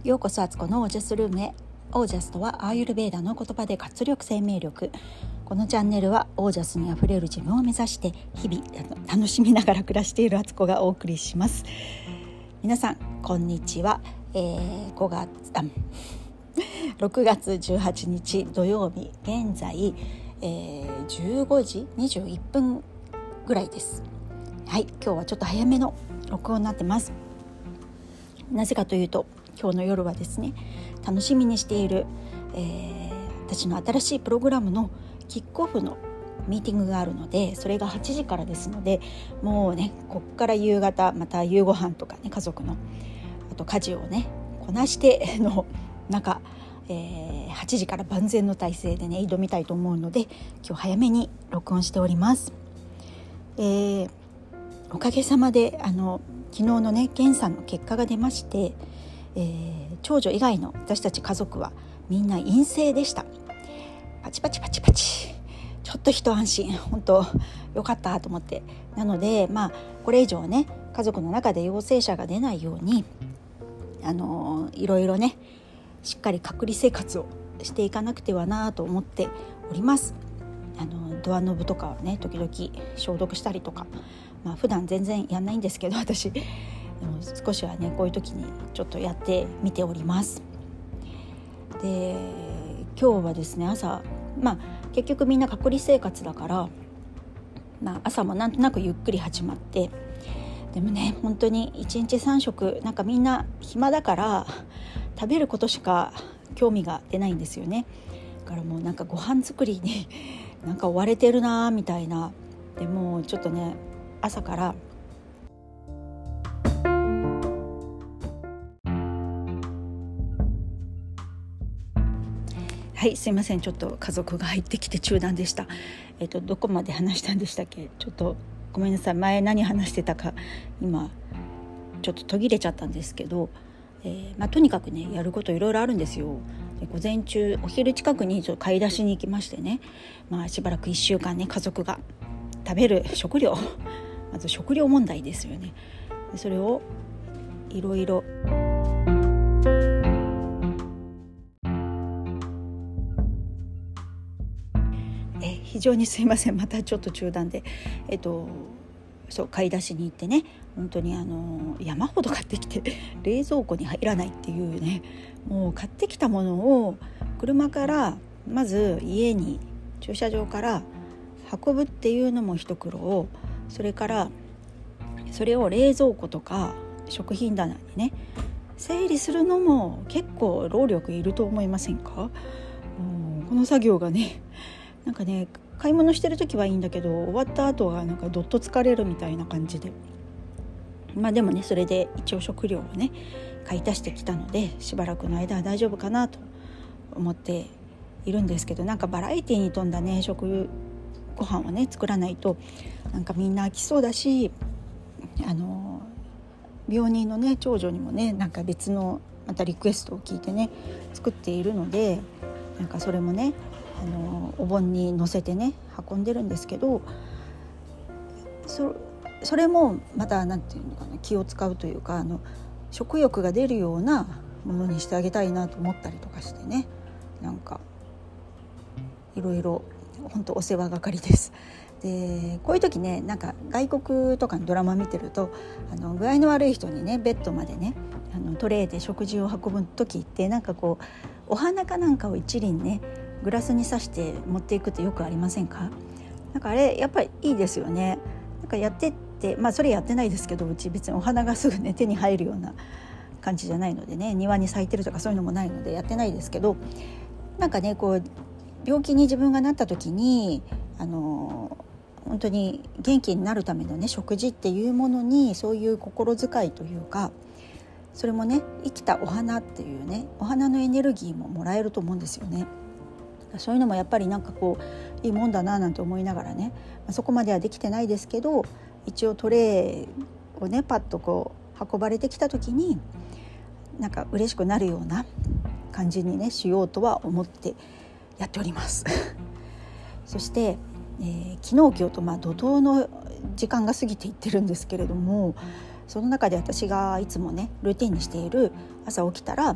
ようこそアツコのオージャスルームへ。オージャスとはアーユルヴェーダの言葉で活力生命力。このチャンネルはオージャスにあふれる自分を目指して日々楽しみながら暮らしているアツコがお送りします。皆さんこんにちは。6月18日土曜日、現在、15時21分ぐらいです。はい、今日はちょっと早めの録音になってます。なぜかというと、今日の夜はですね、楽しみにしている、私の新しいプログラムのキックオフのミーティングがあるので、それが8時からですので、もうね、こっから夕方また夕ご飯とかね、家族のあと家事をねこなしての中、8時から万全の体制でね挑みたいと思うので、今日早めに録音しております。おかげさまで昨日のね検査の結果が出まして、長女以外の私たち家族はみんな陰性でした。パチパチパチパチ、ちょっと一安心、本当よかったと思って。なのでこれ以上ね家族の中で陽性者が出ないようにいろいろねしっかり隔離生活をしていかなくてはなと思っております。ドアノブとかをね時々消毒したりとか、普段全然やんないんですけど、私少しはねこういう時にちょっとやってみております。で、今日はですね朝、結局みんな隔離生活だから、朝もなんとなくゆっくり始まって、でもね本当に1日3食みんな暇だから食べることしか興味が出ないんですよね。だからもうご飯作りに追われてるなみたいな。でもうちょっとね朝からはい、すいません、ちょっと家族が入ってきて中断でした。どこまで話したんでしたっけ。ちょっとごめんなさい、前何話してたか今ちょっと途切れちゃったんですけど、とにかくねやることいろいろあるんですよ。で、午前中お昼近くにちょっと買い出しに行きましてね、しばらく1週間ね家族が食べる食料まず食料問題ですよね。でそれをいろいろ非常にすいません、またちょっと中断でそう買い出しに行ってね、本当に山ほど買ってきて冷蔵庫に入らないっていうね、もう買ってきたものを車からまず家に駐車場から運ぶっていうのも一苦労、それからそれを冷蔵庫とか食品棚にね整理するのも結構労力いると思いませんか。この作業がね買い物してる時はいいんだけど、終わった後はどっと疲れるみたいな感じで、でもねそれで一応食料をね買い足してきたので、しばらくの間は大丈夫かなと思っているんですけど、バラエティに富んだねご飯をね作らないとみんな飽きそうだし、病人のね長女にもね別のまたリクエストを聞いてね作っているので、それもねお盆に乗せてね運んでるんですけど、それもまた気を使うというか、食欲が出るようなものにしてあげたいなと思ったりとかしてね、いろいろ本当お世話係です。でこういう時ね外国とかのドラマ見てると具合の悪い人にねベッドまでねトレーで食事を運ぶ時ってお花かなんかを一輪ねグラスに刺して持っていくってよくありませんか。あれやっぱりいいですよね。やってってそれやってないですけど、うち別にお花がすぐね手に入るような感じじゃないのでね、庭に咲いてるとかそういうのもないのでやってないですけど、病気に自分がなった時に本当に元気になるためのね食事っていうものにそういう心遣いというか、それもね生きたお花っていうねお花のエネルギーももらえると思うんですよね。そういうのもやっぱりいいもんだななんて思いながらね、そこまではできてないですけど、一応トレーをねパッと運ばれてきた時に嬉しくなるような感じにねしようとは思ってやっておりますそして、昨日今日と怒涛の時間が過ぎていってるんですけれども、その中で私がいつもねルーティンにしている朝起きたら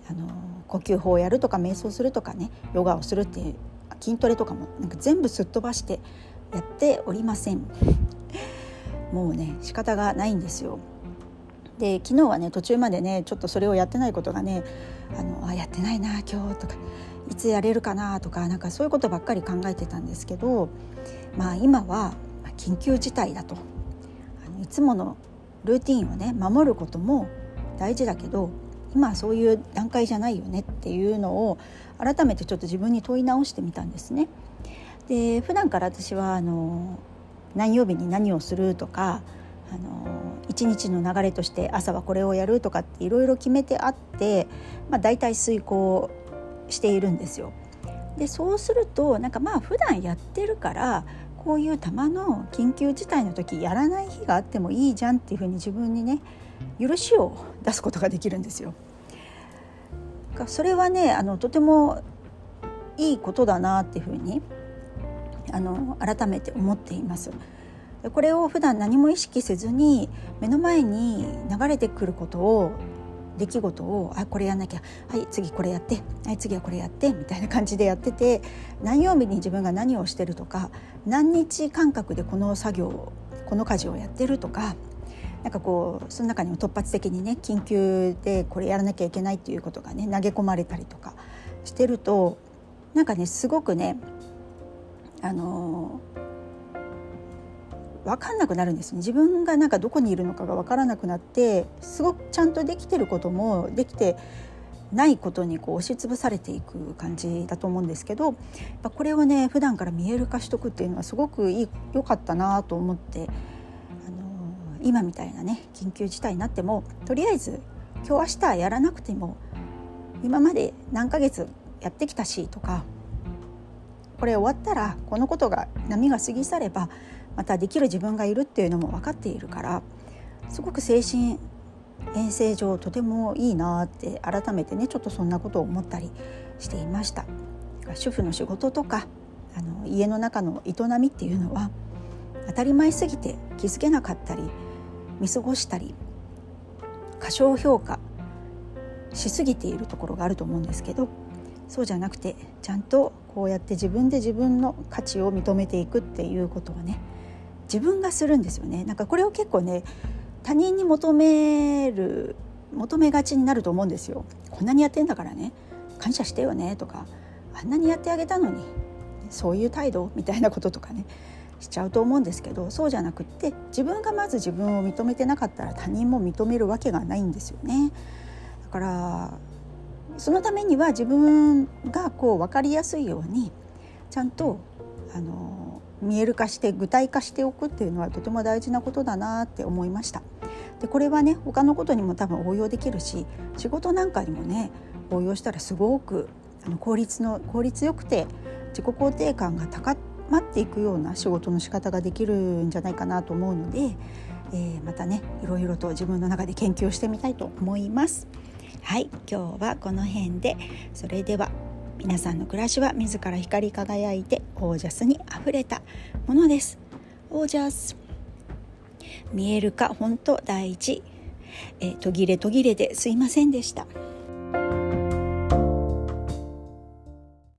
呼吸法をやるとか瞑想するとかね、ヨガをするっていう筋トレとかもなんか全部すっ飛ばしてやっておりません。もうね仕方がないんですよ。で昨日はね途中までねちょっとそれをやってないことがねやってないな今日とかいつやれるかなとかなんかそういうことばっかり考えてたんですけど、今は緊急事態だと、いつものルーティンをね守ることも大事だけど今はそういう段階じゃないよねっていうのを改めてちょっと自分に問い直してみたんですね。で普段から私は何曜日に何をするとか一日の流れとして朝はこれをやるとかっていろいろ決めてあって、だいたい遂行しているんですよ。でそうするとなんか普段やってるからこういうたまの緊急事態の時やらない日があってもいいじゃんっていうふうに自分にね許しを出すことができるんですよ。それはねとてもいいことだなっていうふうに改めて思っています。これを普段何も意識せずに目の前に流れてくることを出来事をこれやんなきゃ、はい次これやって、はい次はこれやってみたいな感じでやってて、何曜日に自分が何をしてるとか何日間隔でこの作業この家事をやってるとか、なんかこうその中にも突発的にね緊急でこれやらなきゃいけないっていうことがね投げ込まれたりとかしてるとなんかねすごくね分かんなくなるんですね。自分がなんかどこにいるのかが分からなくなってすごくちゃんとできてることもできてないことに押しつぶされていく感じだと思うんですけど、これをね普段から見える化しとくっていうのはすごく良かったなと思って、今みたいなね緊急事態になってもとりあえず今日明日やらなくても今まで何ヶ月やってきたしとか、これ終わったらこのことが波が過ぎ去ればまたできる自分がいるっていうのも分かっているから、すごく精神衛生上とてもいいなって改めてねちょっとそんなことを思ったりしていました。主婦の仕事とか家の中の営みっていうのは当たり前すぎて気づけなかったり見過ごしたり過小評価しすぎているところがあると思うんですけど、そうじゃなくてちゃんとこうやって自分で自分の価値を認めていくっていうことをね自分がするんですよね。なんかこれを結構ね他人に求めがちになると思うんですよ。こんなにやってんだからね感謝してよねとか、あんなにやってあげたのにそういう態度みたいなこととかねしちゃうと思うんですけど、そうじゃなくって自分がまず自分を認めてなかったら他人も認めるわけがないんですよね。だからそのためには自分が分かりやすいようにちゃんと見える化して具体化しておくっていうのはとても大事なことだなって思いました。でこれはね他のことにも多分応用できるし、仕事なんかにもね応用したらすごく効率よくて自己肯定感が高まっていくような仕事の仕方ができるんじゃないかなと思うので、またねいろいろと自分の中で研究してみたいと思います。はい、今日はこの辺で、それでは皆さんの暮らしは自ら光り輝いてオージャスにあふれたものです。オージャス見える化本当大事。途切れですいませんでした。